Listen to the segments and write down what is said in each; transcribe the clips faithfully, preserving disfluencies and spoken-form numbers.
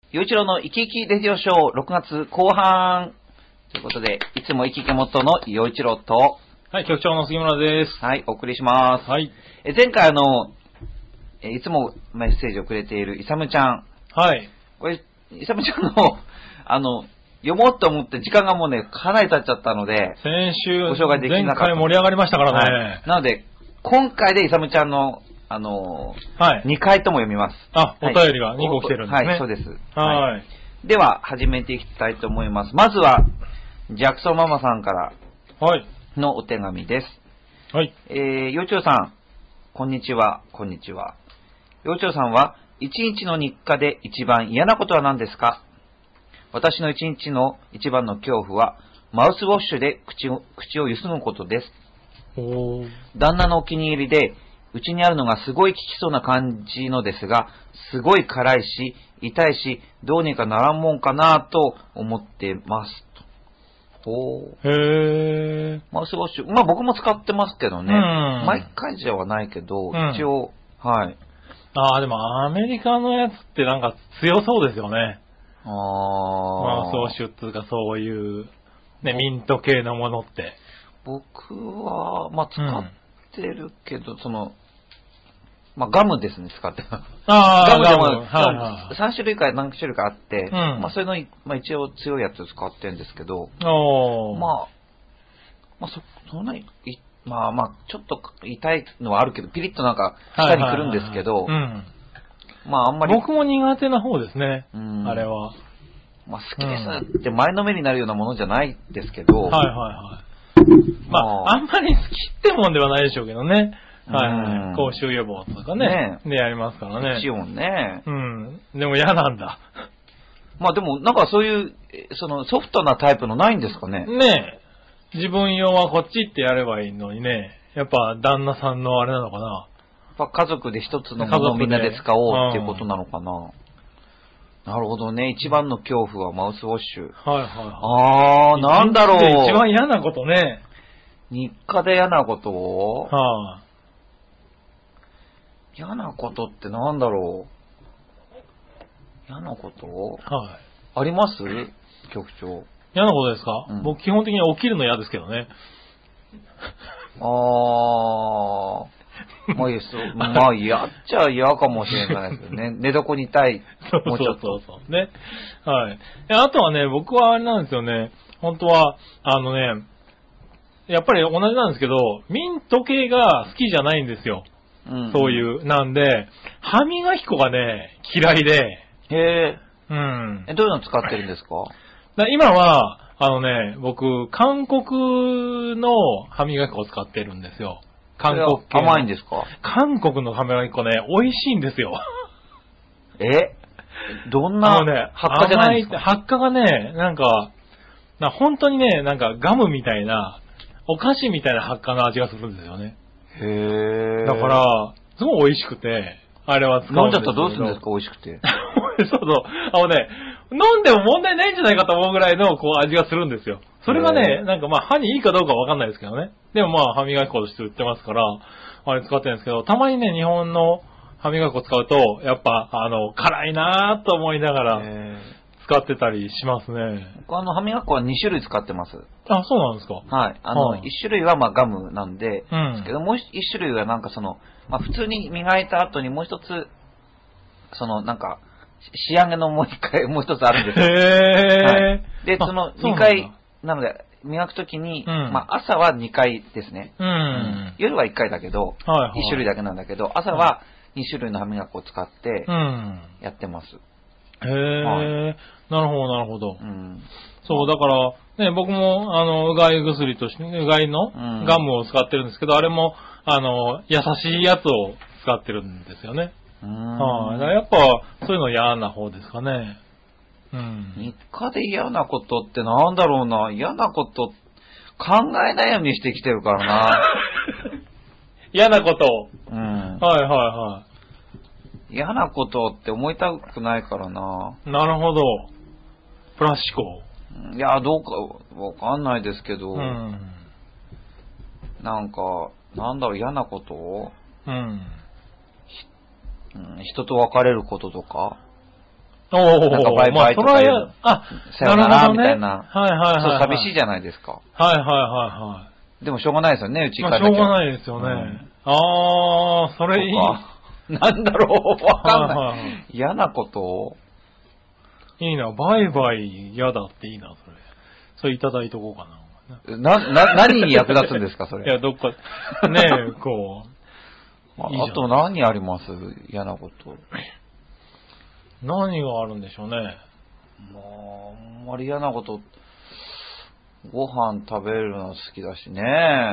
陽一郎の生き生きレディオショーろくがつこう半ということで、いつも生き生き元の陽一郎と、 はい、局長の杉村です。 はい、お送りします。 はい。 え前回あの、えいつもメッセージをくれているイサムちゃん。 はい。 これ、イサムちゃんの、あの、読もうと思って時間がもうね、かなり経っちゃったので、 先週、 ご紹介できなかった。 前回盛り上がりましたからね。 はい、なので、今回でイサムちゃんの、あのー、はい。にかいとも読みます。 あ、お便りがにこ来てるんですね。 はい、そうです。 はい。 では、始めていきたいと思います。まずは、ジャクソンママさんからのお手紙です。 はい。 えー、幼鳥さん、こんにちは、こんにちは。幼鳥さんは、一日の日課で一番嫌なことは何ですか？私の一日の一番の恐怖は、マウスウォッシュで口を、口をゆすぐことです。 おー。 旦那のお気に入りで、うちにあるのがすごい効きそうな感じのですが、すごい辛いし、痛いし、どうにかならんもんかなと思ってます。ほう。 へー。 マウスウォッシュ。まあ僕も使ってますけどね。 うん。 毎回じゃはないけど、 うん、 一応、はい。 ああ、でもアメリカのやつってなんか強そうですよね。 ああ。 マウスウォッシュっていうかそういう、ね、ミント系のものって。 僕は、まあ使ってるけど、うん、その、まあガムですね、使って。 ああ、 ガムでも、 はいはい、 さん種類か何種類かあって、 うん、 まあそれの、まあ一応強いやつを使ってるんですけど、 おまあ、まあそ、そんなに、まあまあ、ちょっと痛いのはあるけど、ピリッとなんか下に来るんですけど、まああんまり。 僕も苦手な方ですね、うん、あれは。 まあ好きですって前のめりになるようなものじゃないですけど、 はいはいはい。まあ、あんまり好きってもんではないでしょうけどね。はいはい。口臭予防とかね。ね。でやりますからね。 一応ね。 うん。でも嫌なんだ。 まあでも、なんかそういう、そのソフトなタイプのないんですかね。 ねえ。自分用はこっちってやればいいのにね。やっぱ旦那さんのあれなのかな。 やっぱ家族で一つのものをみんなで使おうっていうことなのかな。うん、なるほどね。一番の恐怖はマウスウォッシュ。 はいはいはい。 あー、なんだろう。 一番嫌なことね。 日課で嫌なことをはあ。 嫌なことってなんだろう。嫌なことはい。 あります局長。 嫌なことですか、うん、僕基本的に起きるの嫌ですけどね。 あー。まあいいです。まあ嫌っちゃ嫌かもしれないですよね。寝床にいたい。もうちょっと。 そうそうそう。ね。はい。あとはね、僕はあれなんですよね。本当は、あのね、やっぱり同じなんですけど、ミント系が好きじゃないんですよ。うんうん、そういう。なんで、歯磨き粉がね、嫌いで。 へえ。 うん。 え、どういうの使ってるんですか？ だ今は、あのね、僕、韓国の歯磨き粉を使ってるんですよ。韓国系。 甘いんですか？ 韓国の歯磨き粉ね、美味しいんですよ。 えどんな、 あのね、 発火じゃないんですか？ 発火がね、なんか、な本当にね、なんかガムみたいな、お菓子みたいな発火の味がするんですよね。 へー。 だから、すごい美味しくて、あれは使うんですけど。 飲んじゃったらどうするんですか、美味しくて。 そうそう。あのね、飲んでも問題ないんじゃないかと思うぐらいのこう味がするんですよ。それがね、なんかまあ歯にいいかどうかわかんないですけどね。でもまあ歯磨き粉として売ってますから、あれ使ってるんですけど、たまにね、日本の歯磨き粉使うと、やっぱ、あの、辛いなぁと思いながら、使ってたりしますね。 僕あの、歯磨き粉はに種類使ってます。 あ、そうなんですか。 はい。あの、はあ、いち種類はまあガムなんで、 うん、 ですけど、もういち種類はなんかその、まあ普通に磨いた後にもう一つ、そのなんか、仕上げのもう一回、もう一つあるんですよ。 へー。 はい。で、そのにかい、なので、磨くときに、うん、まあ朝はにかいですね。 うんうん、 夜はいっかいだけど、 はいはい、 いち種類だけなんだけど、朝はに種類の歯磨き粉を使ってやってます。 うん、へー、はい。なるほど、なるほど。 うん、 そう、だから、ね、僕も、あの、うがい薬として、うがいのガムを使ってるんですけど、うん、あれも、あの、優しいやつを使ってるんですよね。はい、あ、やっぱ、そういうの嫌な方ですかね。 うん。日課で嫌なことってなんだろうな。嫌なこと、考え悩みしてきてるからな。 嫌なこと。 うん。 はいはいはい。 嫌なことって思いたくないからな。 なるほど。プラス思考。いや、どうかわかんないですけど、 うん、 なんか、なんだろう、嫌なことうん。 人と別れることとか。 おー、 なんかバイバイとか言うの、 まあ、 さよならみね、 たいな。 はいはいはい、はい。 そう、寂しいじゃないですか。 はいはいはいはい。 でもしょうがないですよね、うち帰まあ、 った時は。 しょうがないですよね。うん、あー、それいい。 なんだろう、わかんない。 はいはいはい、 嫌なことを。 いいな、バイバイ嫌だっていいな、それ。それいただいとこうかな。 な、な、何に役立つんですか、それ。 いや、どっか、ねえ、こう。 あ, いいあと何あります嫌なこと。 何があるんでしょうね。 まあ、あんまり嫌なこと、ご飯食べるの好きだしね。うん。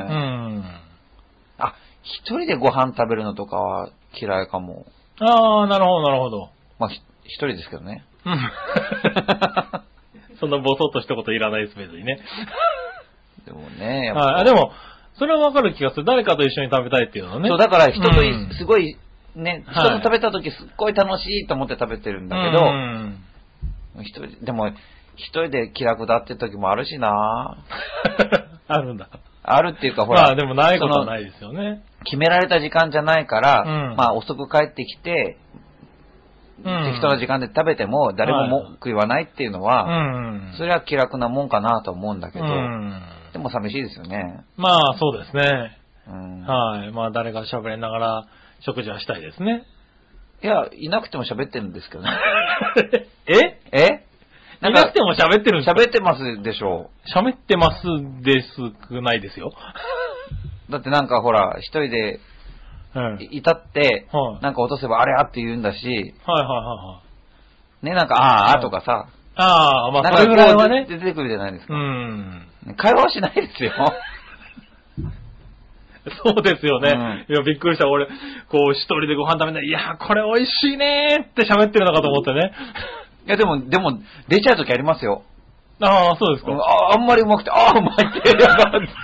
あ、一人でご飯食べるのとかは嫌いかも。 ああ、なるほど、なるほど。 まあ、一人ですけどね。 うん。そんなボソッと一言いらないです、別にね。 でもね、やっぱ。 はい、でも、それはわかる気がする。誰かと一緒に食べたいっていうのはね。 そう、だから人とすごい、ね、 うん、 人と食べた時すっごい楽しいと思って食べてるんだけど、うん一人でも、一人で気楽だって時もあるしなあるんだ。 あるっていうか、ほら。 まあでもないことはないですよね。 決められた時間じゃないから、 うん、 まあ遅く帰ってきて、うん、適当な時間で食べても誰も文句言わないっていうのは、はい、それは気楽なもんかなと思うんだけど、うん、でも寂しいですよね。 まあそうですね。 うん、はい。 まあ誰か喋りながら食事はしたいですね。 いや、いなくても喋ってるんですけどね。 ええいなくても喋ってるんですか？ 喋ってますでしょう。喋ってますですくないですよ。 だってなんかほら、一人で、いたって、はい、なんか落とせばあれあって言うんだし、はいはいはいはい。 ね、なんか、あーあーとかさ、 ああ、まあそれぐらいはね。 出てくるじゃないですか。 うん。 会話はしないですよ。 そうですよね。うん、いや、びっくりした。俺、こう、一人でご飯食べない。いや、これ美味しいねーって喋ってるのかと思ってね。 いや、でも、でも、出ちゃうときありますよ。 ああ、そうですか。 ああんまりうまくて、ああ、うまいって。やばい。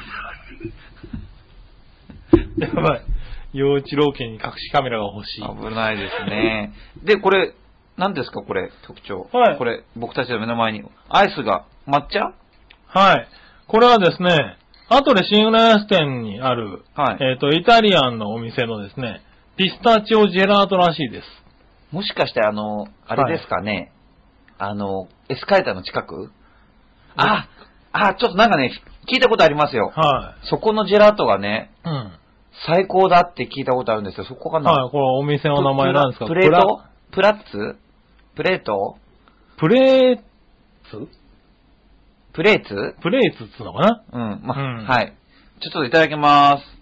やばい。陽一郎家に隠しカメラが欲しい。 危ないですね。で、これ、何ですか、これ、特徴。 はい。 これ、僕たちの目の前に。アイスが、抹茶？ はい。これはですね、後で新浦安店にある、はい、えっと、イタリアンのお店のですね、ピスタチオジェラートらしいです。 もしかして、あの、あれですかね、はい、あの、エスカレーターの近く？あ、あ、ちょっとなんかね、聞いたことありますよ。 はい。 そこのジェラートがね、 うん。 最高だって聞いたことあるんですよ。そこかな？ はい、これお店の名前なんですか？ プレート？プラッツ？プレート？ プレーツ？ プレーツ？ プレーツっつうのかな？ うん、ま、うん、はい。ちょっといただきまーす。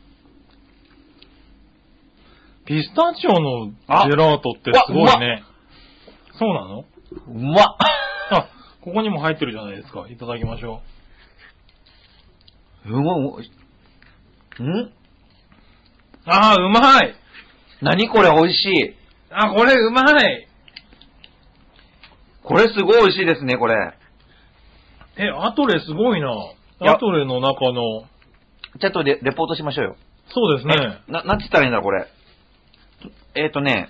ピスタチオのジェラートってすごいね。そうなの？ うまっあ、ここにも入ってるじゃないですか。いただきましょう。うまい。ん？ あー、うまい。 何これ美味しい。 あ、これうまい。 これすごい美味しいですね、これ。 え、アトレすごいな。アトレの中の。 ちょっとレ、レポートしましょうよ。 そうですね。 な、なんて言ったらいいんだろう、これ。えっ、ー、とね、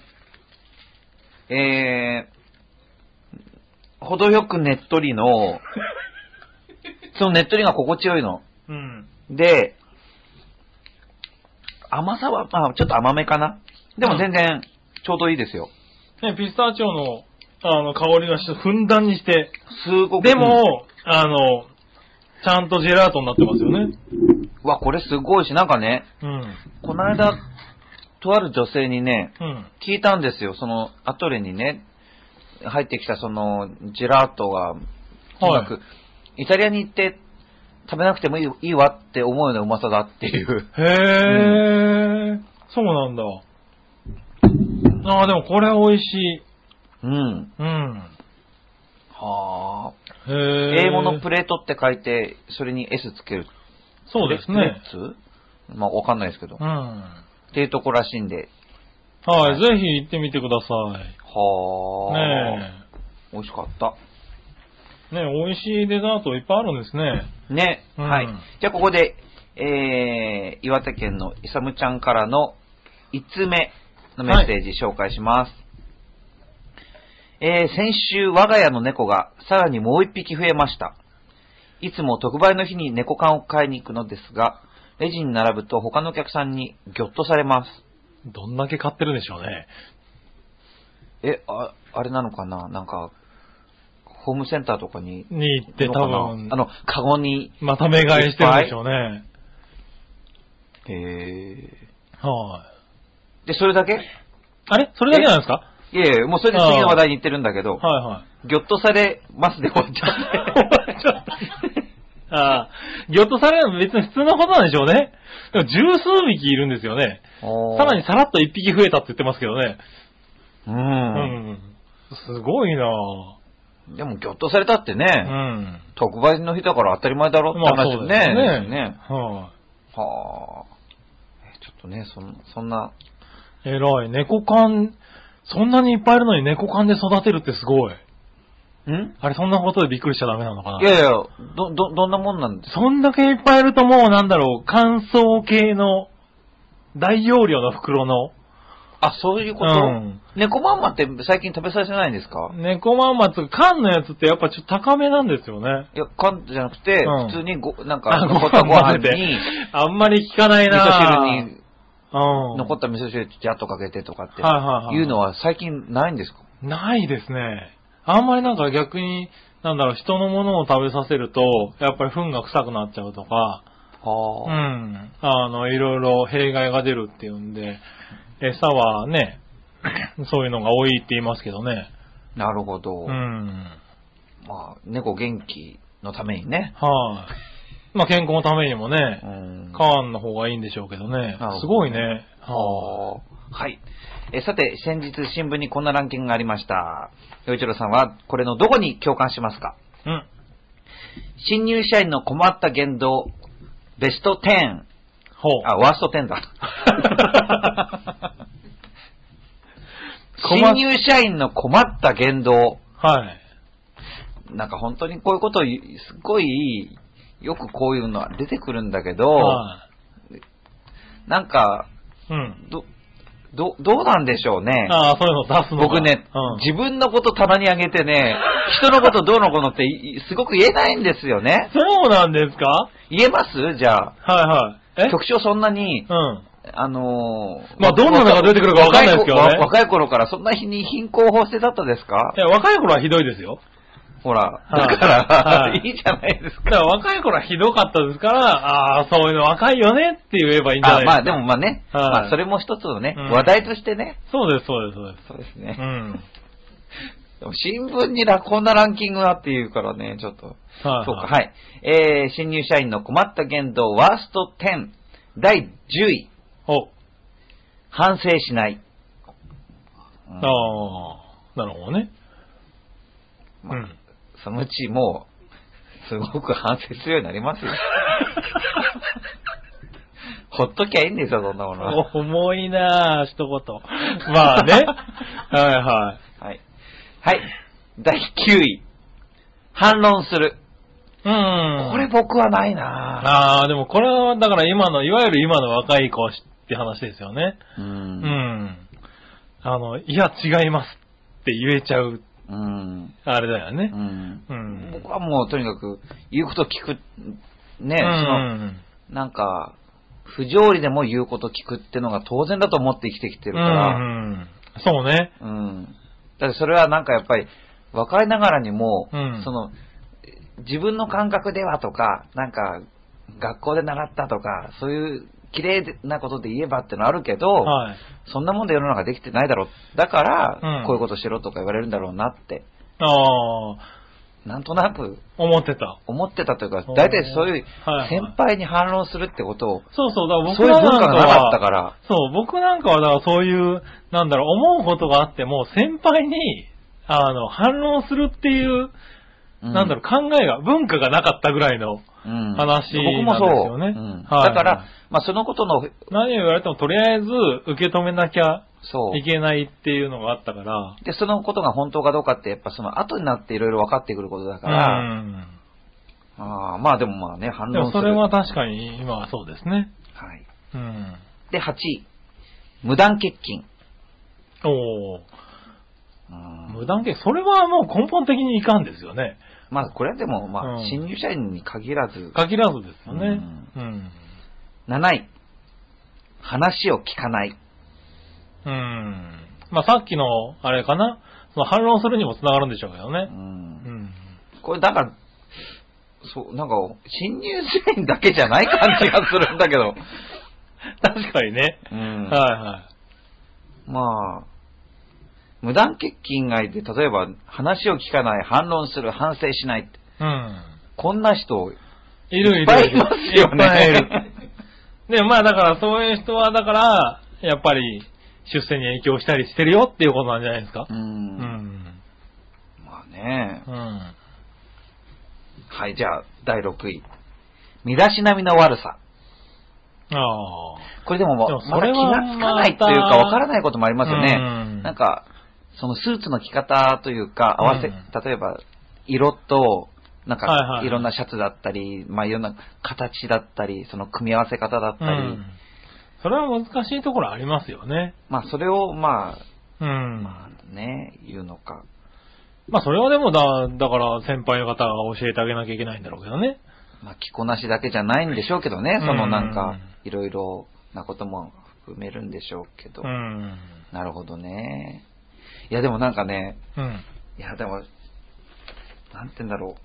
えー、程よくねっとりの、そのねっとりが心地よいの。 うん。 で、甘さは、まあ、ちょっと甘めかな。でも全然、ちょうどいいですよ。 ね、ピスタチオの、あの、香りがふんだんにして。 すごく。 でも、あの、ちゃんとジェラートになってますよね。 うわ、これすごいし、なんかね、 うん、この間、とある女性にね、 うん、 聞いたんですよ。その、アトレにね、入ってきたその、ジェラートが、とにかく、はい、イタリアに行って食べなくてもいい、いいわって思うようなうまさだっていう。 へー、うん、そうなんだ。ああ、でもこれ美味しい。 うん。 うん。 はあ。 へえ。 英語のプレートって書いて、それに S つける。 そうですね。 プレッツ？まあ、わかんないですけど。 うん。 っていうとこらしいんで。 はい、はい、ぜひ行ってみてください。 はあ。 ねえ。美味しかった。 ねえ、美味しいデザートいっぱいあるんですね。 ね、うん、はい。じゃあここで、えー、岩手県のいさむちゃんからのいつつめのメッセージ紹介します。はい、えー、先週我が家の猫がさらにもう一匹増えました。いつも特売の日に猫缶を買いに行くのですが、レジに並ぶと他のお客さんにギョッとされます。 どんだけ買ってるんでしょうね。 え、あ、あれなのかな、なんかホームセンターとかに。 に行って多分。 あの、カゴに。 また目替えしてるんでしょうね。 へー。はい。 で、それだけ？ あれそれだけなんですか？ いやいや、もうそれで次の話題に行ってるんだけど。 はいはい。 ぎょっとされますで終わっちゃって。終わっちゃった。 ああ。ぎょっとされるの別に普通のことなんでしょうね。でも十数匹いるんですよね。さらにさらっと一匹増えたって言ってますけどね。 うん。 うん。すごいなぁ。 でもぎょっとされたってね。 うん。 特売の日だから当たり前だろって話ですね。 まあそうですね。 ね。 はい、 はあ。ちょっとね、そんそんな。 えらい。猫缶、そんなにいっぱいいるのに猫缶で育てるってすごい。 んあれ、そんなことでびっくりしちゃダメなのかな。 いやいや、ど、ど、どんなもんなんですか？ そんだけいっぱいいるともうなんだろう、乾燥系の大容量の袋の。 あ、そういうこと、うん、猫まんまって最近食べさせないんですか？ 猫まんまって缶のやつってやっぱちょっと高めなんですよね。 いや、缶じゃなくて、うん、普通にご、なんか、 残ったご飯に、あんまり効かないな味噌汁に、うん、残った味噌汁ジャッとかけてとかって、はいはいはい、いうのは最近ないんですか？ ないですね。あんまりなんか逆に、なんだろう、人のものを食べさせると、やっぱり糞が臭くなっちゃうとか、 はうん。あの、いろいろ弊害が出るっていうんで、餌はね、そういうのが多いって言いますけどね。 なるほど。 うん。 まあ、猫元気のためにね。 はい、まあ、健康のためにもね、うん、缶の方がいいんでしょうけどね。すごいね。 はあ、はい。えさて、先日新聞にこんなランキングがありました。洋一郎さんはこれのどこに共感しますか？ うん。 新入社員の困った言動、ベストじゅう。 ほう。 あ、ワーストじゅうだ。新入社員の困った言動。 はい。 なんか本当にこういうことを、すごい、よくこういうのは出てくるんだけど、 はい、 なんか、 うん。 ど、ど、どうなんでしょうね。 ああ、そういうの出すのか。 僕ね、 うん、 自分のこと棚にあげてね、人のことどうのこうのってすごく言えないんですよね。 そうなんですか？ 言えますじゃあ。 はいはい。 え局長そんなに、 うん。 あのー、 まあ、どんなのが出てくるかわかんないですけどね。 若い頃からそんな日に貧困法制だったですか？ いや、若い頃はひどいですよ。 ほら、だから、はい、いいじゃないですか。 だから若い頃はひどかったですから、ああ、そういうの若いよねって言えばいいんじゃないですか。 あまあでもまあね、 はい、 まあそれも一つのね、 うん、 話題としてね。 そうです、そうです、そうです。 そうですね。 うん。 でも新聞にこんなランキングだって言うからね、ちょっと。 はい、 そうか、はい。えー、新入社員の困った言動ワーストじゅう、だいじゅうい。 お。 反省しない。 うん、ああ、なるほどね。 まあ、うん。そのうちもう、すごく反省するようになりますよ。ほっときゃいいんですよ、そんなものは。 重いなぁ、一言。まあね。はいはい。 はい。はい。だいきゅうい。反論する。 うん。 これ僕はないなぁ。 ああ、でもこれは、だから今の、いわゆる今の若い子って話ですよね。 うん。うん。あの、いや、違いますって言えちゃう。 うん、 あれだよね、 うんうん。 僕はもうとにかく言うこと聞くね、うん、そのなんか不条理でも言うこと聞くってのが当然だと思って生きてきてるから、 うんうん、そうね。 うん。だってそれはなんかやっぱり分かりながらにも、 うん、その自分の感覚ではとかなんか学校で習ったとかそういう綺麗なことで言えばってのあるけど、 はい、 そんなもんで世の中できてないだろう。だから、うん、こういうことしろとか言われるんだろうなって。 ああ。 なんとなく。 思ってた。 思ってたというか、大体そういう先輩に反論するってことを。はいはい、 そうそう、だから僕そういう文化がなかったから。 そう、僕なんかはだからそういう、なんだろう、思うことがあっても、先輩に、あの、反論するっていう、うん、なんだろう、考えが、文化がなかったぐらいの話なんですよね。 うん、僕もそう。うん、はい、だから、まあそのことの。 何を言われてもとりあえず受け止めなきゃいけないっていうのがあったから。 で、そのことが本当かどうかってやっぱその後になっていろいろ分かってくることだから。うん、あまあでもまあね、反論する。 でもそれは確かに今はそうですね。 はい。 うん、 で、はちい。無断欠勤。 おー。無断欠勤。それはもう根本的にいかんですよね。 まあこれはでもまあ、うん、新入社員に限らず。 限らずですよね。うん。うん、 なない。話を聞かない。 うん。まあさっきの、あれかな、その反論するにもつながるんでしょうけどね。 うん。うん、 これだから、そう、なんか、新入社員だけじゃない感じがするんだけど。 確かにね。 うん。 はいはい。 まあ、無断欠勤外で、例えば、話を聞かない、反論する、反省しないって。 うん。 こんな人、 いるいる。 いっぱいいますよね。 いっぱいいる。で、まあだからそういう人は、だから、やっぱり、出世に影響したりしてるよっていうことなんじゃないですか。 うん。うん。まあね。うん。はい、じゃあ、だいろくい。身だしなみの悪さ。 ああ。 これでももう、まだ気がつかないというか、わからないこともありますよね。なんか、そのスーツの着方というか、合わせ、うん、例えば、色と、なんか、はいはい、いろんなシャツだったり、まあ、いろんな形だったり、その組み合わせ方だったり。うん、 それは難しいところありますよね。 まあ、それを、まあ、 うん、 まあね、言うのか。 まあ、それはでもだ、だから先輩の方が教えてあげなきゃいけないんだろうけどね。 まあ、着こなしだけじゃないんでしょうけどね、そのなんか、いろいろなことも含めるんでしょうけど。うん、なるほどね。いや、でもなんかね、うん、いや、でも、なんて言うんだろう。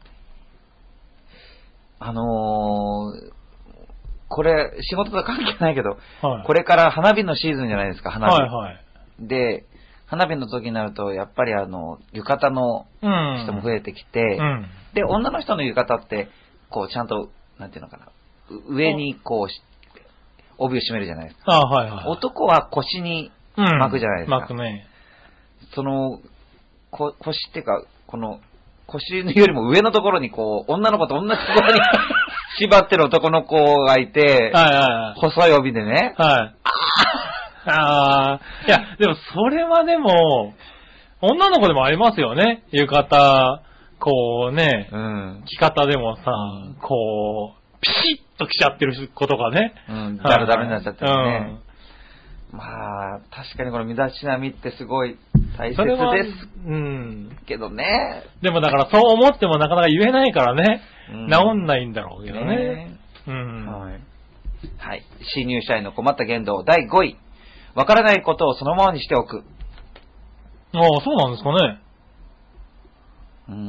あのー、これ、仕事と関係ないけど、はい、これから花火のシーズンじゃないですか、花火。はいはい、で、花火の時になると、やっぱりあの、浴衣の人も増えてきて、うん、で、女の人の浴衣って、こう、ちゃんと、なんていうのかな、上にこう、帯を締めるじゃないですか。 あ、はいはい、 男は腰に巻くじゃないですか。 うん、巻くね。 その、こ腰っていうか、この、腰よりも上のところにこう、女の子と同じところに縛ってる男の子がいて、はいはいはい、細い帯でね。はい。 ああ、いや、でもそれはでも、女の子でもありますよね。浴衣、こうね、うん、着方でもさ、こう、ピシッと着ちゃってる子とかね。 うん、だらだらになっちゃってるね。うん、まあ、確かにこの身だしなみってすごい大切ですうん、けどね。 でもだからそう思ってもなかなか言えないからね、うん、治んないんだろうけどね。ねうん、 はい。はい。新入社員の困った言動だいごい。わからないことをそのままにしておく。 ああ、そうなんですかね。 うーん。うん、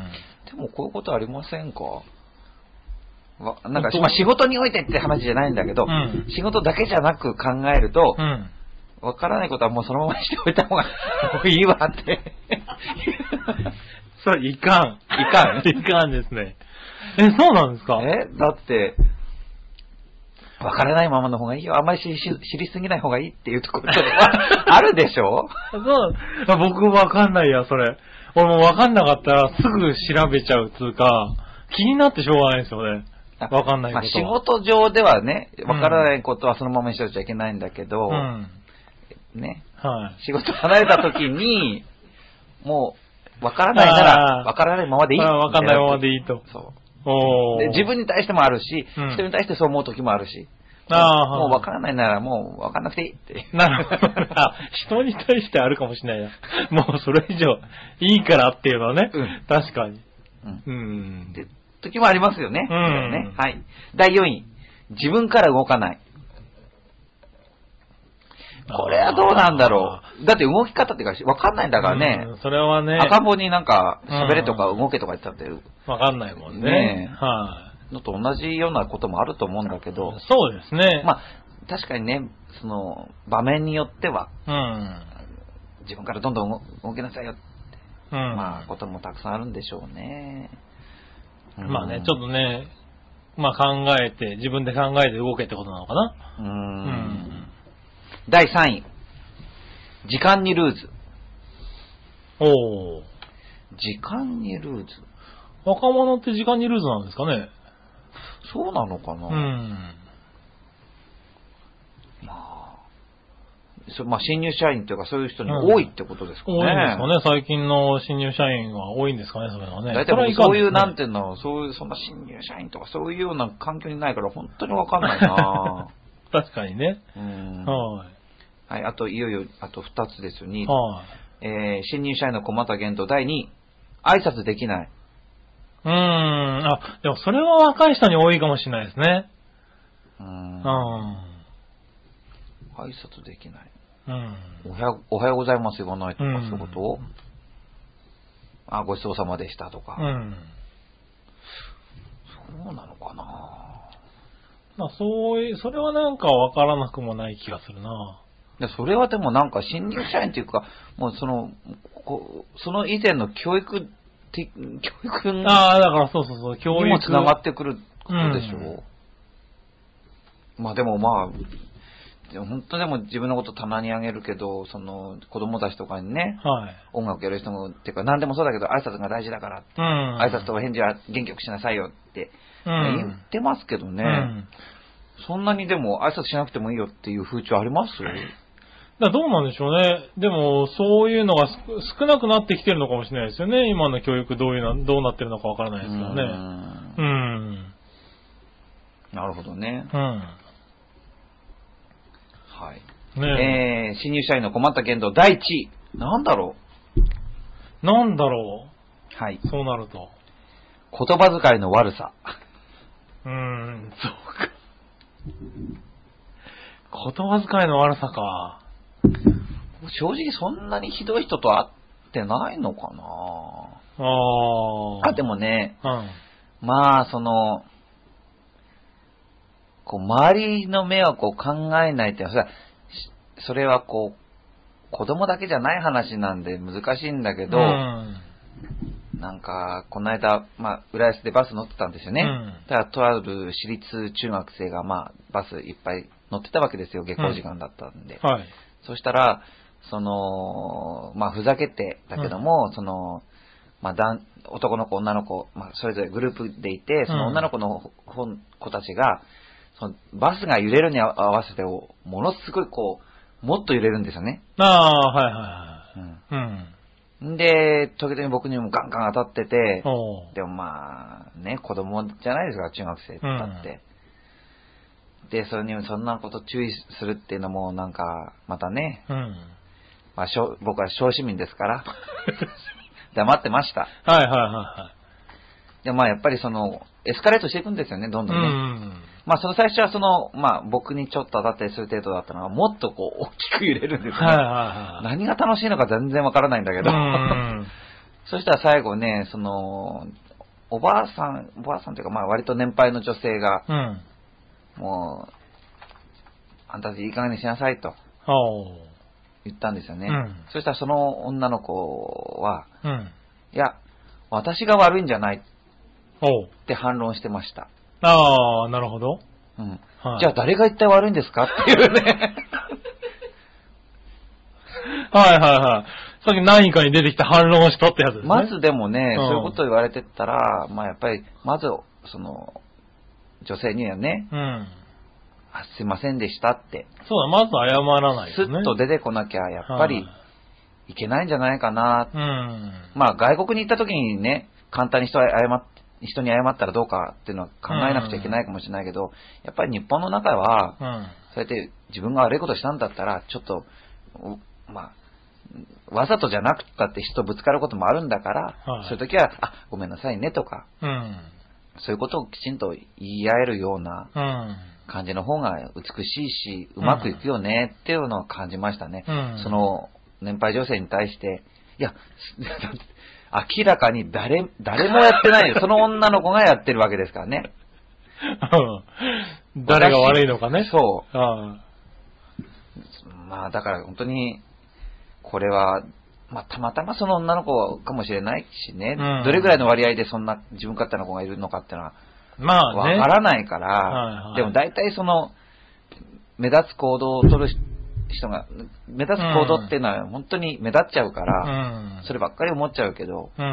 でもこういうことありませんか？わなんか、まあ、仕事においてって話じゃないんだけど、うん、仕事だけじゃなく考えると、うん、わからないことはもうそのままにしておいた方がいいわって。 それいかん。 いかん。 いかんですね。え、そうなんですか？ え、だって、わからないままの方がいいよ。あんまり知り、知りすぎない方がいいっていうところはあるでしょ？ そう。僕わかんないや、それ。俺もわかんなかったらすぐ調べちゃうつうか、気になってしょうがないですよね。わかんないことは。まあ、 仕事上ではね、わからないことはそのままにしておいちゃいけないんだけど、うん、ね。はい。仕事離れた時に、もう、わからないなら、わからないままでいい。 わかんないままでいいと。 そう。おで自分に対してもあるし、うん、人に対してそう思う時もあるし。あもうわからないならもうわかんなくていいって。 なるほど。人に対してあるかもしれないな。もうそれ以上いいからっていうのはね。うん、確かに。うん。 うんで時もありますよね。うん。ね、はい。だいよんい。自分から動かない。これはどうなんだろう。だって動き方っていうかわかんないんだからね。 うん、それはね。 赤ん坊になんか喋れとか動けとか言ったって。 わかんないもんね。ねはい。のと同じようなこともあると思うんだけど。 そうですね。 まあ、確かにね、その、場面によっては、うん、自分からどんどん動きなさいよって、うん、まあ、こともたくさんあるんでしょうね。 うん、まあね、ちょっとね、まあ考えて、自分で考えて動けってことなのかな。うーん。うん、 だいさんい。時間にルーズ。 おー。 時間にルーズ。 若者って時間にルーズなんですかね。 そうなのかな。うん。まあ、そまあ新入社員というかそういう人に多いってことですかね。うん、多いんですかね。最近の新入社員は多いんですかね、それはね。 大体そういう、なんていうの、そういう、そんな新入社員とかそういうような環境にないから本当にわかんないな確かにね。うん。 はい。はい、あと、いよいよ、あとふたつですよ、にい。はい。えー、新入社員の困った言動だいにい。挨拶できない。 うーん。あ、でもそれは若い人に多いかもしれないですね。うーん。 挨拶できない。うん。おはよう、おはようございます言わないとか、そういうこと？ あ、ごちそうさまでしたとか。 うん。 そうなのかな。 まあ、そういう、それはなんかわからなくもない気がするな。 でそれはでもなんか新入社員っていうか、もうその、こその以前の教育、教育にああ、だからそうそうそう、教育にもつながってくることでしょう。うん、まあでもまあ、でも本当でも自分のこと棚にあげるけど、その子供たちとかにね、 はい、 音楽やる人も、っていうか何でもそうだけど挨拶が大事だからって、 うん、 挨拶と返事は元気よくしなさいよって、 うん、 言ってますけどね、 うん、 そんなにでも挨拶しなくてもいいよっていう風潮あります？ だどうなんでしょうね。でも、そういうのが少なくなってきてるのかもしれないですよね。今の教育どういうな、どうなってるのかわからないですけどね。うん。うんなるほどね。 うん。 はい。 ねえー、新入社員の困った言動だいいちい。なんだろう。なんだろう。はい。 そうなると。 言葉遣いの悪さ。 うーん、そうか。言葉遣いの悪さか。 正直そんなにひどい人と会ってないのかな。 ああ。 あ、でもね、 うん、 まあ、その、こう、周りの迷惑を考えないっていうのは、それはこう、子供だけじゃない話なんで難しいんだけど、 うん、 なんか、この間、まあ、浦安でバス乗ってたんですよね。うん、ただ、とある私立中学生が、まあ、バスいっぱい乗ってたわけですよ。下校時間だったんで。 うん、はい。 そしたら、その、まあ、ふざけてだけども、うん、その、まあ、男の子、女の子、まあ、それぞれグループでいて、その女の子の子たちが、そのバスが揺れるに合わせて、ものすごいこう、もっと揺れるんですよね。 ああ、はいはいはい。 うん。で、時々僕にもガンガン当たってて、でもまあ、ね、子供じゃないですか、中学生だって。うん、で、それにそんなこと注意するっていうのも、なんか、またね、うん、まあ、僕は小市民ですから、黙ってました。 はいはいはいはい。 で、まあやっぱりその、エスカレートしていくんですよね、どんどんね。うん、まあその最初はその、まあ僕にちょっと当たったりする程度だったのが、もっとこう、大きく揺れるんですよね。はいはいはい、何が楽しいのか全然わからないんだけど。うん、そしたら最後ね、その、おばあさん、おばあさんというか、まあ割と年配の女性が、うん、もう、あんたたちいい加減にしなさいと。言ったんですよね。うん、そしたらその女の子は、うん、いや、私が悪いんじゃないって反論してました。 ああ、なるほど。 うん、はい、じゃあ誰が一体悪いんですかっていうね。 はいはいはい。さっき何かに出てきた反論をしたってやつですね。 まずでもね、うん、そういうことを言われてたら、まあやっぱり、まず、その、女性にはね、うん、あすいませんでしたって。 そうだ、まず謝らないとね。 スッと出てこなきゃ、やっぱり、いけないんじゃないかな。うん、まあ、外国に行った時にね、簡単に人は謝っ、人に謝ったらどうかっていうのは考えなくちゃいけないかもしれないけど、やっぱり日本の中は、うん、そうやって自分が悪いことしたんだったら、ちょっと、まあ、わざとじゃなくたって人とぶつかることもあるんだから、はい、そういう時は、あ、ごめんなさいねとか、うん、そういうことをきちんと言い合えるような、うん感じの方が美しいし、うまくいくよねっていうのを感じましたね。うん、その年配女性に対して、いや、明らかに誰、誰もやってないよ。その女の子がやってるわけですからね。 誰が悪いのかね。 そう。あまあだから本当に、これは、まあたまたまその女の子かもしれないしね、うん、どれぐらいの割合でそんな自分勝手な子がいるのかっていうのは、まあね。わからないから、はいはい、でも大体その、目立つ行動を取る人が、目立つ行動っていうのは本当に目立っちゃうから、うん、そればっかり思っちゃうけど、うんうん。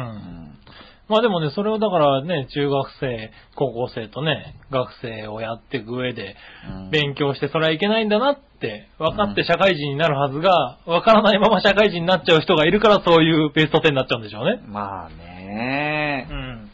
まあでもね、それをだからね、中学生、高校生とね、学生をやっていく上で、勉強してそれはいけないんだなって、分かって社会人になるはずが、分からないまま社会人になっちゃう人がいるからそういうベストテンになっちゃうんでしょうね。 まあね。うん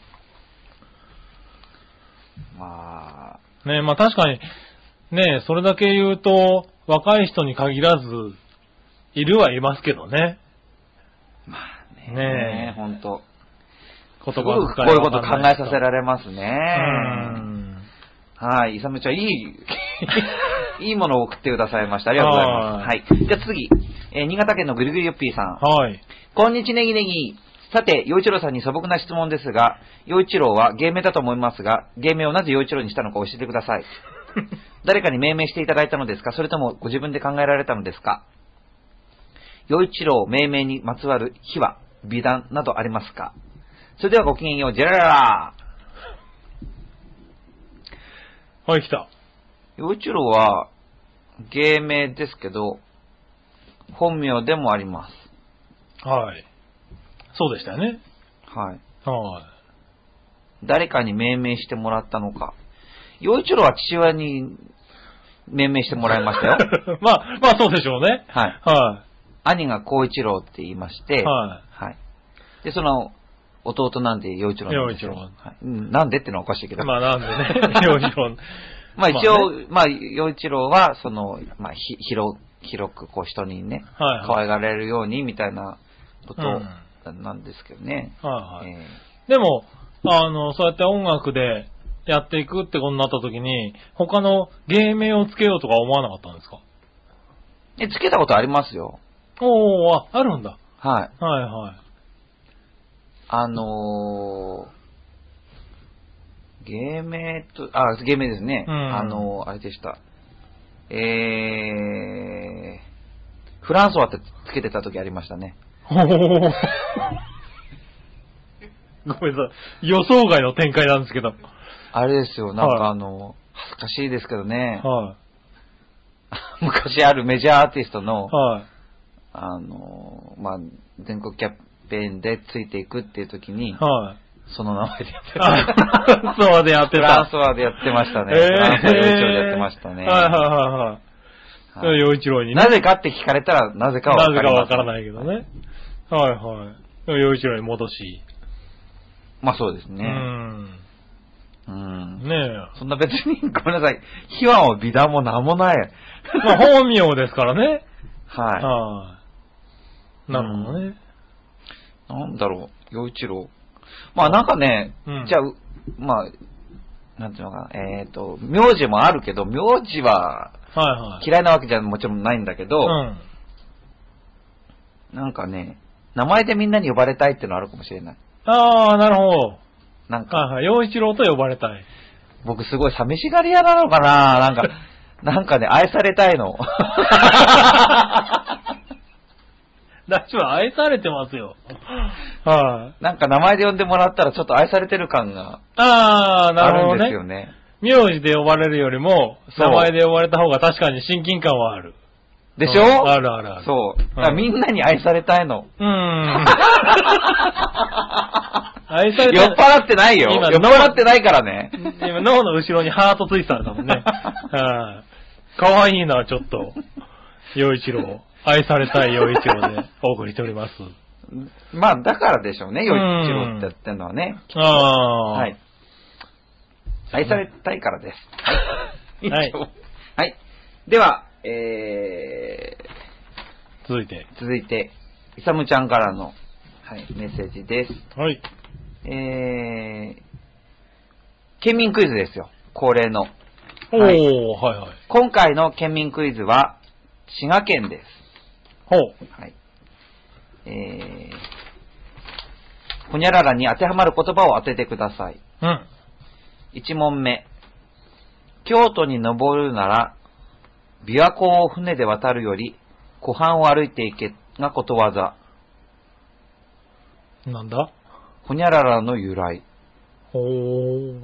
まあ。ねえ、まあ確かに、ねえ、それだけ言うと、若い人に限らず、いるはいますけどね。 まあね。ねえ、ほんと。 言葉遣い。 こういうこと考えさせられますね。うんはい、イサムちゃん、いい、いいものを送ってくださいました。ありがとうございます。はい。じゃあ次、えー、新潟県のぐりぐりよっぴーさん。はい。こんにちねぎねぎ。素さて、陽一郎さんに素朴な質問ですが、陽一郎は芸名だと思いますが、芸名をなぜ陽一郎にしたのか教えてください。誰かに命名していただいたのですか、それともご自分で考えられたのですか。陽一郎命名にまつわる秘話、美談などありますか。それではごきげんよう、ジェラララー。はい、来た。 陽一郎は芸名ですけど、本名でもあります。 はい。そうでしたよね。 はい。 はい。 誰かに命名してもらったのか。陽一郎は父親に命名してもらいましたよ。 まあ、まあそうでしょうね。 はい。 はい。 兄が光一郎って言いまして、 はい。 はい。で、その、弟なんで陽一郎なんですよ。 陽一郎。 はい。なんでってのはおかしいけど。 まあなんでね、陽一郎。 まあ一応、まあ、陽一郎は、その、まあ、ひ、広、広くこう人にね、はいはい、可愛がられるようにみたいなことなんですけどね。 うん、はいはい。えー、でも、あの、そうやって音楽でやっていくってことになった時に、他の芸名をつけようとか思わなかったんですか？ え、つけたことありますよ。 おー、あ、あるんだ。 はい。 はいはい。 あのー、芸名と、あ、芸名ですね。うん、あのー、あれでした。えー、フランソワってつけてた時ありましたね。 おー。ごめんなさい。予想外の展開なんですけど。 あれですよ、なんかあの、はい、恥ずかしいですけどね。 はい、 昔あるメジャーアーティストの、 はい、 あの、まあ、全国キャンペーンでついていくっていう時に、 はい、 その名前でやってた。 フランソワでやってた。 フランソワでやってましたね。えー、フランソワ陽一郎でやってましたね。 はいはいはいはい。陽一郎にね。 なぜかって聞かれたら、なぜかは分かりません。 なぜかわからないけどね。はいはい。陽一郎に戻し。 まあそうですね。 うん。 うん。 ねえ。 そんな別に、ごめんなさい。秘話も美談もなんもない。 まあ本名ですからね。 はい。 はい。なるほどね。 なんだろう、陽一郎。まあなんかね、うん、じゃあ、まあ、なんていうのかな、えっと、名字もあるけど、名字は嫌いなわけじゃもちろんないんだけど、 うん、 なんかね、名前でみんなに呼ばれたいっていうのはあるかもしれない。 ああ、なるほど。 なんか、 はいはい、陽一郎と呼ばれたい。 僕すごい寂しがり屋なのかな、なんか、なんかね、愛されたいの。 大丈夫、愛されてますよ。はい、 なんか名前で呼んでもらったらちょっと愛されてる感がああ、なるほどね。 あるんですよね。 名字で呼ばれるよりも、名前で呼ばれた方が確かに親近感はある。 でしょ、うん、 あるあるある。 そう。だからみんなに愛されたいの。 うーん。愛されたい。 酔っ払ってないよ。今酔っ払ってないからね。 今脳の後ろにハートついてたんだもんね。はい。かわいいな、ちょっと。陽一郎。愛されたい陽一郎でお送りしております。 まあ、だからでしょうね、陽一郎ってやってるのはね。 ああ。 はい。愛されたいからです。 はい。 はい。では、えー、続いて。 続いて、イサムちゃんからの、はい、メッセージです。 はい。 えー、県民クイズですよ。恒例の。 おー、はい、はいはい。 今回の県民クイズは、滋賀県です。 ほう。 はい。えー、ほにゃららに当てはまる言葉を当ててください。 うん。 いち問目。京都に登るなら、琵琶湖を船で渡るより、湖畔を歩いていけがことわざ。 なんだ？ ほにゃららの由来。 ほー。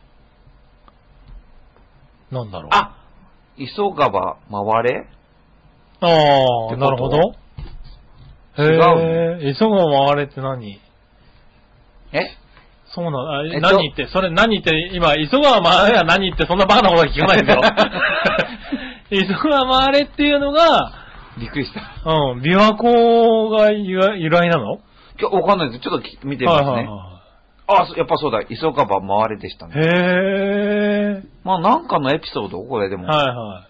なんだろう。 あ！急がば回れ？ ああ、なるほど。 違う、 ね。急がば回れって何？ え？ そうなの、あ、えっと、何言って、それ何言って、今、急がば回れは何言って、そんなバカなことは聞かないですよ。急がば回れっていうのが、 びっくりした。 うん、琵琶湖が由来なの？ いや、わかんないです。ちょっと見てみますね。はいはいはい、あ、やっぱそうだ。急がば回れでしたね。 へー。 まあ、なんかのエピソードこれでも。 はいはい。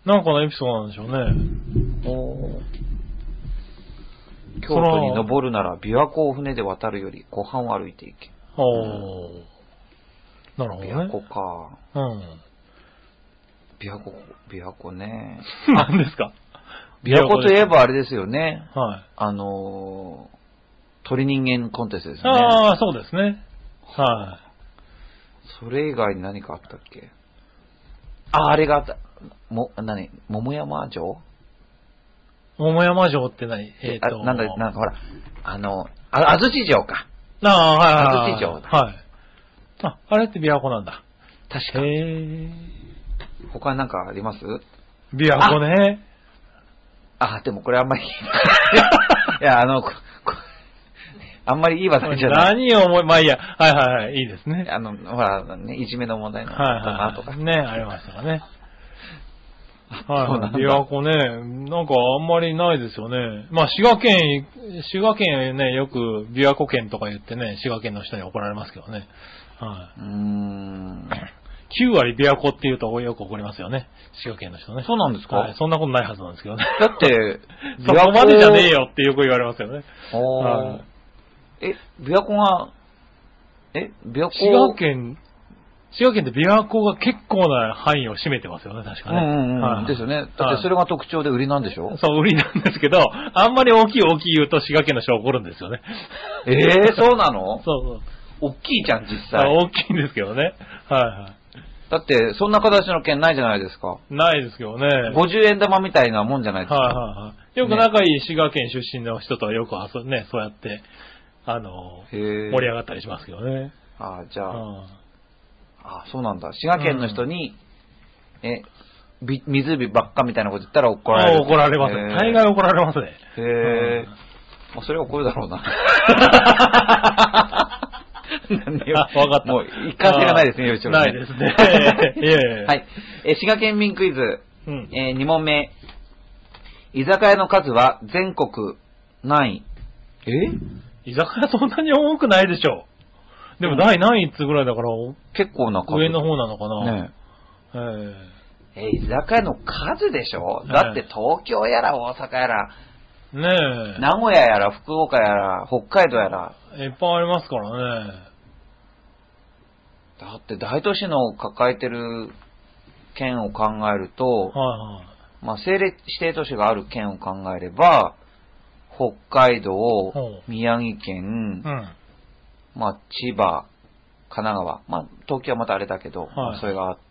なんかのエピソードなんでしょうね。 おー。京都に登るなら琵琶湖を船で渡るより湖畔を歩いていけ。 おー。うん、なるほどね。 琵琶湖か。 うん。 琵琶湖、琵琶湖ね。 何ですか？ 琵琶湖といえばあれですよね。 はい。 あのー、 鳥人間コンテストですね。 ああ、そうですね。はい。 それ以外に何かあったっけ？あ、あれがあった。も、何？桃山城？ 桃山城って何？えっ、ー、と。 なんだ、なんかほら、あの、あ、安土城か。 ああ、はいはいはい。 安土城だ。 はい。あ、あれって琵琶湖なんだ。 確か。へー。他になんかあります？ 琵琶湖ね。 あ、でもこれあんまり。いや、あの、あんまりいい話題じゃない。 何を思い、まあいいや。はいはいはい。いいですね。 あの、ほら、ね、いじめの問題のはいはい、 とか。 ね、ありましたかね。はい、はい。琵琶湖ね、なんかあんまりないですよね。まあ滋賀県、滋賀県ね、よく琵琶湖県とか言ってね、滋賀県の人に怒られますけどね。はい。 うーん。 きゅう割琵琶湖って言うとよく怒りますよね。滋賀県の人ね。 そうなんですか？ はい。そんなことないはずなんですけどね。 だって、 そこまでじゃねえよってよく言われますよね。 はい、え、琵琶湖が、え、琵琶湖滋賀県、滋賀県って琵琶湖が結構な範囲を占めてますよね、確かね。 うんうんうん。はい、ですよね。だってそれが特徴で売りなんでしょ？ そう、売りなんですけど、あんまり大きい大きい言うと滋賀県の人は怒るんですよね。 ええー、そうなの？ そうそう。 大きいじゃん、実際。 大きいんですけどね。はいはい。 だって、そんな形の券ないじゃないですか。 ないですけどね。 ごじゅうえん玉みたいなもんじゃないですか。 はいはいはい。よく仲いい滋賀県出身の人とはよく遊ね、そうやって、あの、盛り上がったりしますけどね。 ああ、じゃあ、ああ、そうなんだ。滋賀県の人に、うん、え、び湖ばっかみたいなこと言ったら怒られる。 怒られます。大概怒られますね。 へえ。まあ、それは怒るだろうな。何あ、わかった。 もう、一貫性がないですね、よしろね。 ないですね。いやいやはい。えー、滋賀県民クイズ、 うん、 えー、に問目。居酒屋の数は全国何位？ え？居酒屋そんなに多くないでしょ。でも第何位っつぐらいだから、 結構な数。 上の方なのかな。ねえ。えー、居酒屋の数でしょ？だって東京やら大阪やら、 ねえ。 名古屋やら福岡やら北海道やら。 いっぱいありますからね。 だって大都市の抱えてる県を考えると、はいはい、まあ政令指定都市がある県を考えれば、北海道、宮城県、うん、まあ千葉、神奈川、まあ東京はまたあれだけど、はいまあ、それがあって、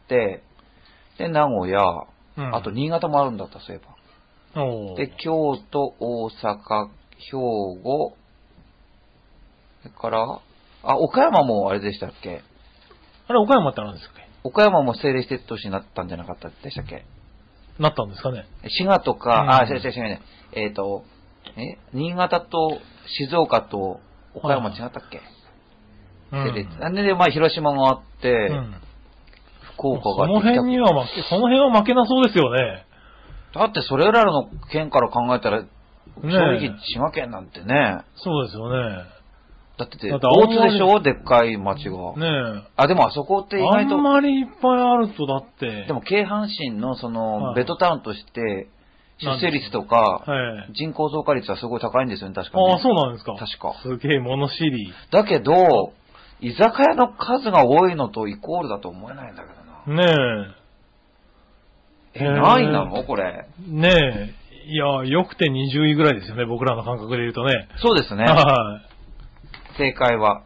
で名古屋、うん、あと新潟もあるんだった、そういえば。で京都、大阪、兵庫、それから、あ、岡山もあれでしたっけ？ あれ、岡山って何ですか？ 岡山も政令指定都市になったんじゃなかったでしたっけ？ なったんですかね？ 滋賀とか、うん、あ、違う違う違うね。えっ、ー、と、え、新潟と静岡と岡山違ったっけ？政令、なんで、まあ広島があって、うん、福岡が。 その辺には負け、その辺は負けなそうですよね。 だってそれらの県から考えたら、正直滋賀県なんてね。 そうですよね。 だってて、大津でしょ？でっかい町が。 ねえ。 あ、でもあそこって意外と。 あんまりいっぱいあるとだって。 でも京阪神のその、はい、ベッドタウンとして、出生率とか、はい、人口増加率はすごい高いんですよね、確かに、ね。 ああ、そうなんですか。 確か。 すげえ物知り。 だけど、居酒屋の数が多いのとイコールだと思えないんだけどな。 ねえ。え、何位なのこれ。 ねえ。いや、よくてにじゅういぐらいですよね、僕らの感覚で言うとね。 そうですね。 はい。 正解は。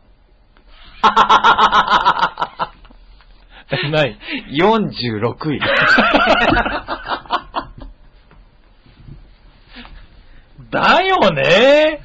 ない。 よんじゅうろくい。 だよね。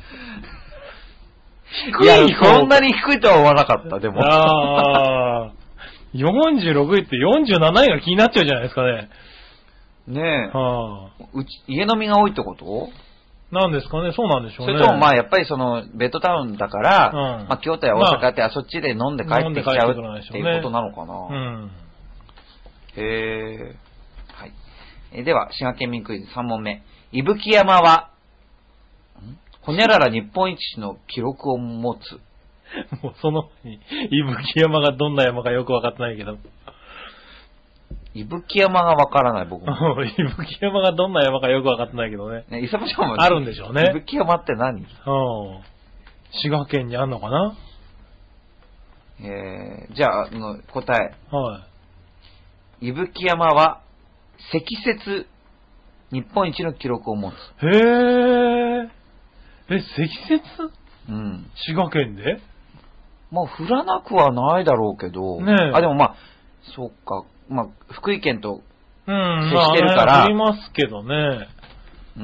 低い。いや、そんなに低いとは思わなかった、でも。 ああ。よんじゅうろくいってよんじゅうなないが気になっちゃうじゃないですかね。 ねえ。はあ、うち、家飲みが多いってこと？ なんですかね、そうなんでしょうね。 それともまあやっぱりそのベッドタウンだから、うん、まあ京都や大阪って、まあ、そっちで飲んで帰ってきちゃうっていうことなのかな。うん、へえ。はい。えでは滋賀県民クイズさん問目。伊吹山はほにゃらら日本一の記録を持つ。 もうその伊吹山がどんな山かよくわかってないけど。 伊吹山がわからない僕も。 伊吹山がどんな山かよくわかってないけどね。 ね、伊佐山もあるんでしょうね。 伊吹山って何？うん。 滋賀県にあんのかな？ えー、じゃあ、あの答え。 はい。 伊吹山は積雪日本一の記録を持つ。 へー。え、積雪？ うん。 滋賀県で？ まあ、降らなくはないだろうけど。 ねえ。 あ、でもまあ、そっか。まあ、福井県とうん、 接してるから。 まあ、降りますけどね。 うん。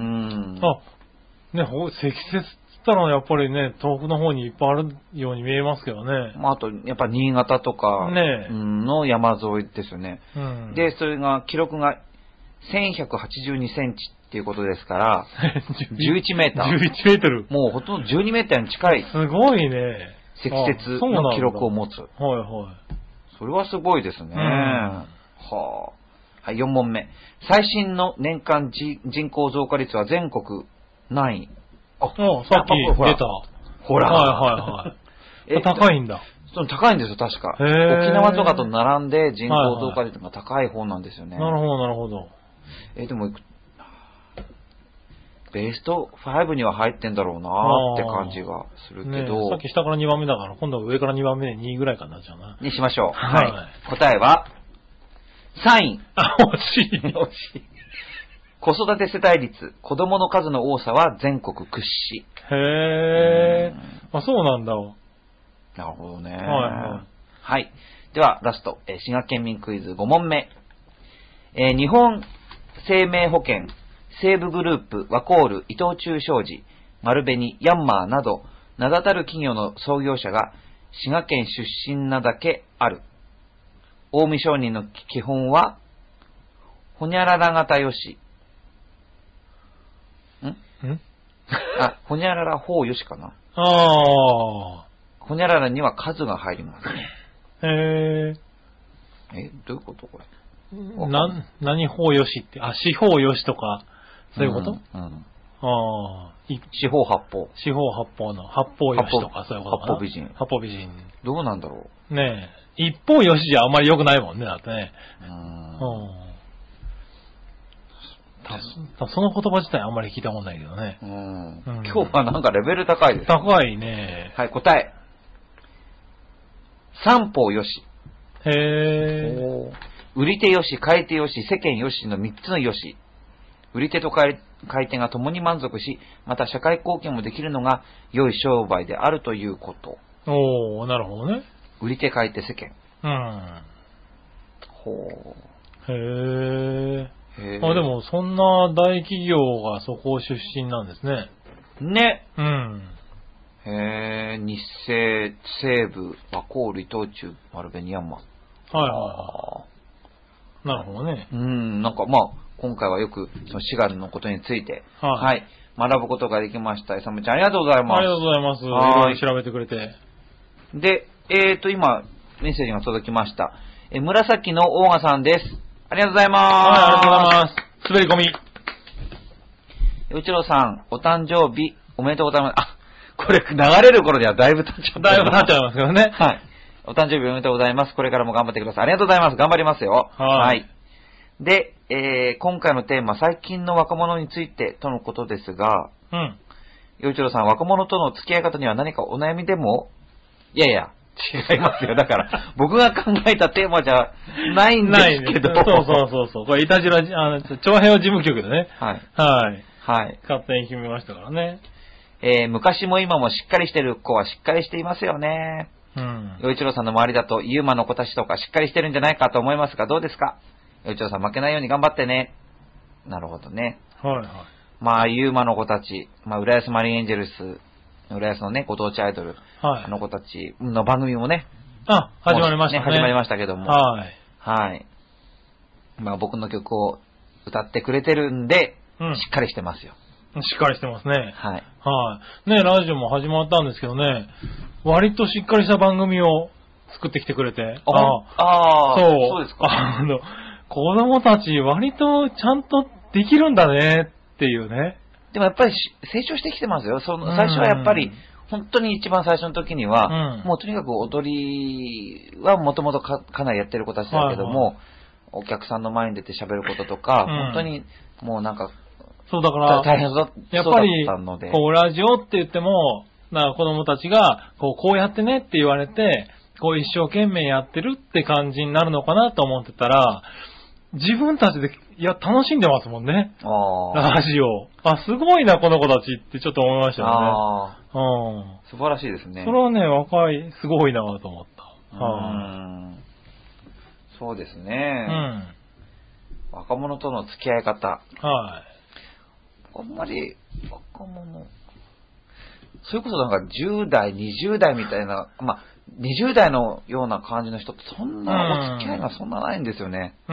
あ、ね、ほ積雪って言ったらやっぱりね、遠くの方にいっぱいあるように見えますけどね。 まあ、あと、やっぱ新潟とかねの山沿いですよね。 うん、 で、それが、記録がせんひゃくはちじゅうにセンチっていうことですから、じゅういちメーター。 じゅういちメートル。 もうほとんどじゅうにメーターに近い。 すごいね。 積雪の記録を持つ。 はいはい。 それはすごいですね。 うん、 はあ。はい、よん問目。最新の年間人口増加率は全国何位？ あ、さっき出た。 ほら。 はいはいはい。高いんだ。 その高いんですよ、確か。沖縄とかと並んで人口増加率が高い方なんですよね。 なるほど、なるほど。 え、でも、ベストごには入ってんだろうなって感じがするけど、 ね。さっき下からにばんめだから、今度は上からにばんめでにいぐらいかな、じゃあな。 にしましょう。 はい。 はい、答えは、さんい。 あ、惜しい。 惜しい。子育て世帯率、子供の数の多さは全国屈指。 へー。あ、そうなんだ。 なるほどね。はい、 はい。 はい。では、ラスト、えー、滋賀県民クイズご問目。えー、日本生命保険、西武グループ、ワコール、伊藤忠商事、丸紅、ヤンマーなど、名だたる企業の創業者が滋賀県出身なだけある。近江商人の基本は、ほにゃらら型よし。んんあ、ほにゃららほうよしかな。 ああ。 ほにゃららには数が入ります。 へえ。 え、どういうことこれ。 な、何法よしって、あ、四方よしとか、そういうこと？ うん。うん、 ああ。 四方八方。 四方八方の八方よしとかそういうことかな。 八方美人。 八方美人。 どうなんだろう。ねえ。一方よしじゃあんまり良くないもんね、だってね。 うん。 うんたその言葉自体あんまり聞いたことないけどね。 うん。うん、今日はなんかレベル高いです。 高いね。 はい、答え。三方よし。 へえ。 売り手よし、買い手よし、世間よしの三つのよし。売り手と買い買い手が共に満足し、また社会貢献もできるのが良い商売であるということ。 おー、なるほどね。 売り手買い手世間。 うん。 ほう。へー。 へあ、でもそんな大企業がそこ出身なんですね。 ね。 うん。 へー、日清、西武、ワコール、伊藤忠、丸紅、ヤンマー。 はいはいはい。なるほどね。 うん、なんかまあ、今回はよくその滋賀のことについて、 はい、 はい、学ぶことができました。イサムちゃんありがとうございます。 ありがとうございます。いろいろ調べてくれて。 で、えーと、今、メッセージが届きました。え、紫の大賀さんです。ありがとうございます。 はい、ありがとうございます。滑り込み。 内郎さん、お誕生日おめでとうございます。あ、これ流れる頃にはだいぶ経っちゃった。 だいぶ経っちゃいますけどね。 はい。お誕生日おめでとうございます。これからも頑張ってください。ありがとうございます。頑張りますよ。 はい。はい。 で、えー、今回のテーマ、最近の若者についてとのことですが、 うん。 洋一郎さん、若者との付き合い方には何かお悩みでも？いやいや、違いますよ。だから、僕が考えたテーマじゃないんですけど。 ないそうそうそうそう。これ、いたじら、あの、長編を事務局でね。 はい。 はい。 はい。 勝手に決めましたからね。 えー、昔も今もしっかりしてる子はしっかりしていますよね。 うん。 洋一郎さんの周りだと、ユーマの子たちとかしっかりしてるんじゃないかと思いますが、どうですか？洋一郎さん負けないように頑張ってね。なるほどね。 はいはい。 まあ、ユーマの子たち、まあ、浦安マリンエンジェルス、浦安のね、ご当地アイドル、はい、あの子たちの番組もね、 あ、始まりましたね。 ね始まりましたけども、 はい。 はい。まあ、僕の曲を歌ってくれてるんで、うん、しっかりしてますよ。 しっかりしてますね。 はい。 はい。ね、ラジオも始まったんですけどね、割としっかりした番組を作ってきてくれて。 ああ、あそう。 そうですか。 あの、子供たち割とちゃんとできるんだねっていうね。 でもやっぱり成長してきてますよ。その最初はやっぱり、本当に一番最初の時には、うん、もうとにかく踊りはもともとかなりやってる子たちだけども、はいはい、お客さんの前に出て喋ることとか、うん、本当にもうなんか、 そうだから、 大変だやっぱり、こう、ラジオって言っても、なんか子供たちが、こう、こうやってねって言われて、こう一生懸命やってるって感じになるのかなと思ってたら、 自分たちで、いや、楽しんでますもんね。 あラジオ。あ、すごいな、この子たちってちょっと思いましたよね。 ああ。 うん。 素晴らしいですね。 それはね、若い、すごいなと思った。 うはん。そうですい。 ね。 うん。 若者との付き合い方。 はい。 あんまり、若者。それこそなんかじゅう代、にじゅう代みたいな、まあ、にじゅう代のような感じの人ってそんなお付き合いがそんなないんですよね。 うん。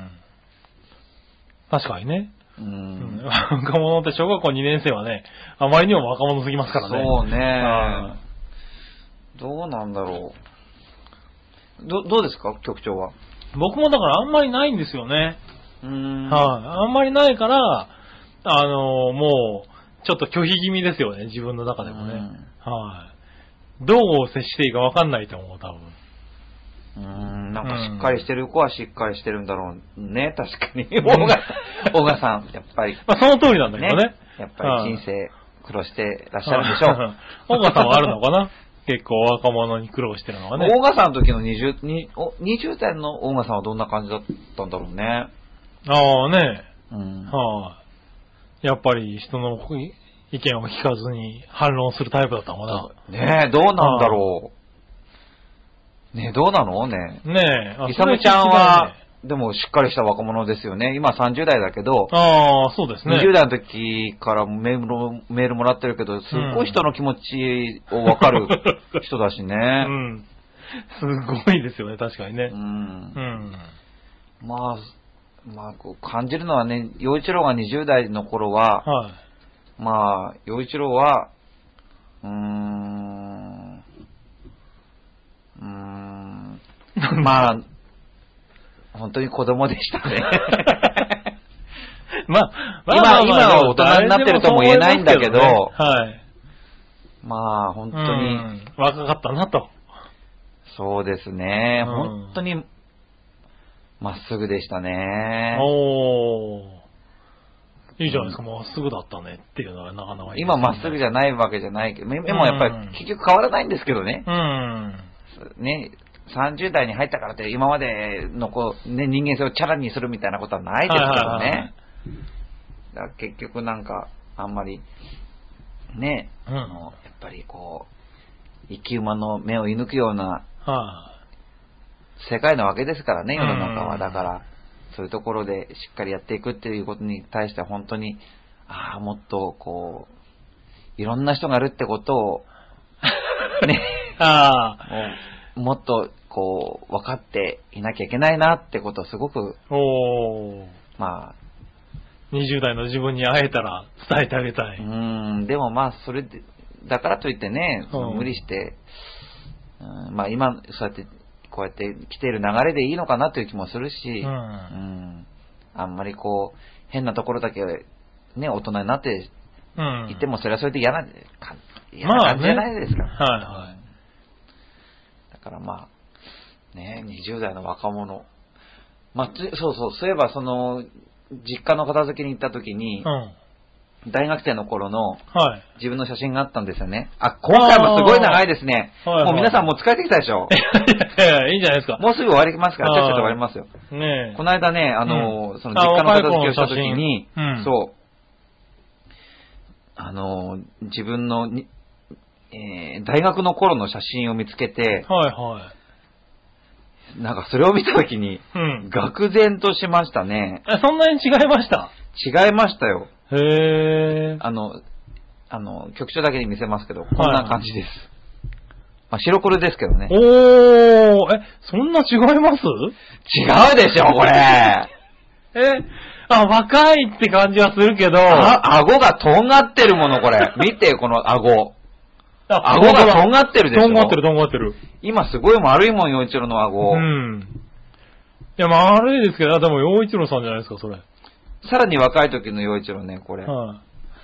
確かにね。 ううん、 ん。 若者って小学校にねん生はね、あまりにも若者すぎますからね。 そうね。 はどうなんだろう。ど、どうですか局長は。 僕もだからあんまりないんですよね。 うーん。 はい、あんまりないから、あのーもう、ちょっと拒否気味ですよね、自分の中でもね。はい、どう接していいか分かんないと思う、多分。 うーん、なんかうんしっかりしてる子はしっかりしてるんだろうね、確かに。大賀、大賀さん、やっぱり。 まあ、その通りなんだけどね。 やっぱり人生苦労してらっしゃるんでしょう。 大川さんはあるのかな結構若者に苦労してるのはね。 大賀さんの時のにじゅう、におにじゅう代の大賀さんはどんな感じだったんだろうね。 ああね。 うん。 はい、やっぱり人の意見を聞かずに反論するタイプだったのかな。 ねえ、どうなんだろう。ねえ、どうなのねえ。ねえ。 イサムちゃんは、でもしっかりした若者ですよね。今さんじゅう代だけど、 ああ、そうですね。 にじゅう代の時からメールメールもらってるけど、すっごい人の気持ちを分かる人だしね。 うん。すごいですよね、確かにね。 うん。 うん。 まあ、まあ、こう感じるのはね、陽一郎がにじゅう代の頃は、 はい。 まあ、陽一郎は、うーん、うーん、まあ、本当に子供でしたね。 まあ、ま今、 あまあまあ今は大人になってるとも言えないんだけど、 誰でもそう思いますけどねはい。 まあ、本当に、 うん若かったなと。 そうですね、 うん本当に、まっすぐでしたね。 おー。いいじゃないですか、まっすぐだったねっていうのはなかなかいいですね。 今まっすぐじゃないわけじゃないけど、でもやっぱり結局変わらないんですけどね。 うん。 ね、さんじゅう代に入ったからって今までのこう、ね、人間性をチャラにするみたいなことはないですけどはいはいはいね。だから結局なんか、あんまり、ね、 うんあのやっぱりこう、生き馬の目を射抜くようなは世界なわけですからね、世の中は。 うんだから、そういうところでしっかりやっていくっていうことに対しては本当に、ああ、もっとこう、いろんな人がいるってことを、ね、 い。あもうもっとこう、分かっていなきゃいけないなってことをすごく、 あ。おー。 まあ、 にじゅう代の自分に会えたら伝えてあげたい。 うーん、でもまあ、それで、だからといってね、そのうん無理して、うん、まあ今、そうやって、こうやって来ている流れでいいのかなという気もするし、 うんうんあんまりこう、変なところだけ、ね、大人になってうん。 いても、それはそれで嫌な、か嫌まあねな感じじゃないですか。 はいはいうんだからまあ、ね、にじゅう代の若者。まあ、つそうそう、そういえばその、実家の片付けに行った時に、 うん。 大学生の頃のはい。 自分の写真があったんですよね。あ、今回もすごい長いですね。 はいはいもう皆さんもう疲れてきたでしょ。 いやいやいいんじゃないですか。 もうすぐ終わりますから、ちょっと終わりますよ。 ねえ。 この間ね、あの、 うんその実家の片付けをした時に、 あ若い子の写真うんそう、あの、自分のに、えー大学の頃の写真を見つけて、 はいはなんかそれを見た時に、 い。うん。 愕然としましたね。 え、そんなに違いました違いましたよ。 へえ。 あの、あの、局長だけに見せますけど、こんな感じです。まあ、白黒ですけどね。 おー、え、そんな違います違うでしょ、これ。 え、あ、若いって感じはするけど、 あ、顎がとんがってるもの、これ。見て、この顎。 あ顎がとんがってるでしょ。 とんがってる、とんがってる。 今すごい丸いもん、陽一郎の顎。 うん。いや、まあ、悪いですけど、でも、陽一郎さんじゃないですか、それ。 さらに若い時の陽一郎ね、これ。 はい。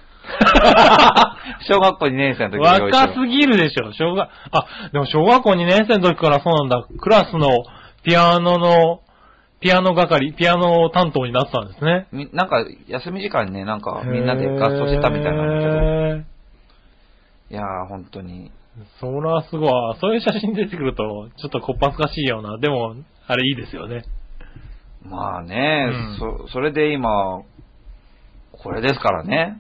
小学校にねん生の時の陽一郎。 若すぎるでしょ、小学、あ、でも小学校にねん生の時からそうなんだ、クラスのピアノの、ピアノ係、ピアノ担当になってたんですね。 みなんか、休み時間にね、なんか、みんなで合奏してたみたいなんだけど。 へいやー、本当に。 ーそらすごい。そういう写真出てくると、ちょっとこっぱずかしいような。でも、あれいいですよね。 まあね、 うん、 そ、それで今、これですからね。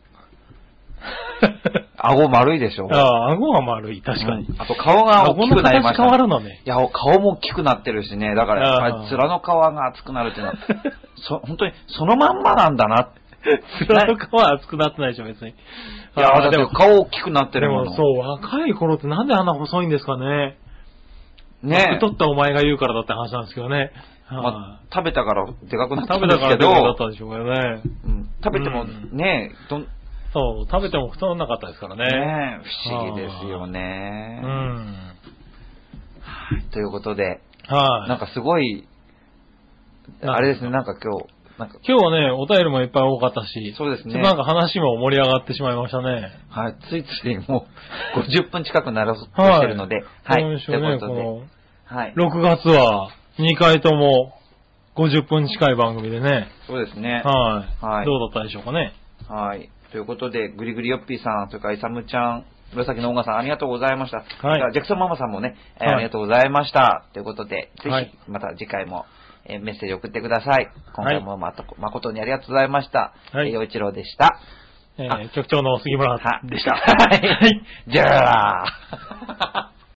顎丸いでしょ。 ああ、顎は丸い、確かに。 うん、あと顔が大きくなりました、ね。 顎の形変わるのね。 いや、顔も大きくなってるしね。だからやっぱり面の皮が厚くなるっていうのは、そ本当にそのまんまなんだな。 面の皮は厚くなってないでしょ、別に。 いや、だって顔大きくなってるもの。 でもそう、若い頃ってなんであんな細いんですかね。 ねえ。 太ったお前が言うからだって話なんですけどね。 まあ、食べたからでかくなったん食べですけど。 たからでかくなったんでしょうけどね。 うん、食べてもね、 うん、そう、食べても太らなかったですからね。 ねえ、不思議ですよね。 うん。 はい、ということで、 はい。 なんかすごい、あれですね、なんか今日、なんか今日はね、お便りもいっぱい多かったし、 そうですね。 ちょっとなんか話も盛り上がってしまいましたね。 はい、ついついもうごじゅっぷん近くならそうとしてるので、はい。 はい、ということで、 はい。 ろくがつはにかいともごじゅっぷん近い番組でね。 そうですね。 はい。 はい。 どうだったでしょうかね。 はい。ということで、ぐりぐりよっぴーさん、それからイサムちゃん、紫のオーガさん、ありがとうございました。はい。ジャクソンママさんもね、えーはい、ありがとうございました。ということで、ぜひ、また次回も、えー、メッセージ送ってください。今回もまた、誠にありがとうございました。はい。陽一郎でした。 えー、局長の杉村でした。 はい。じゃあ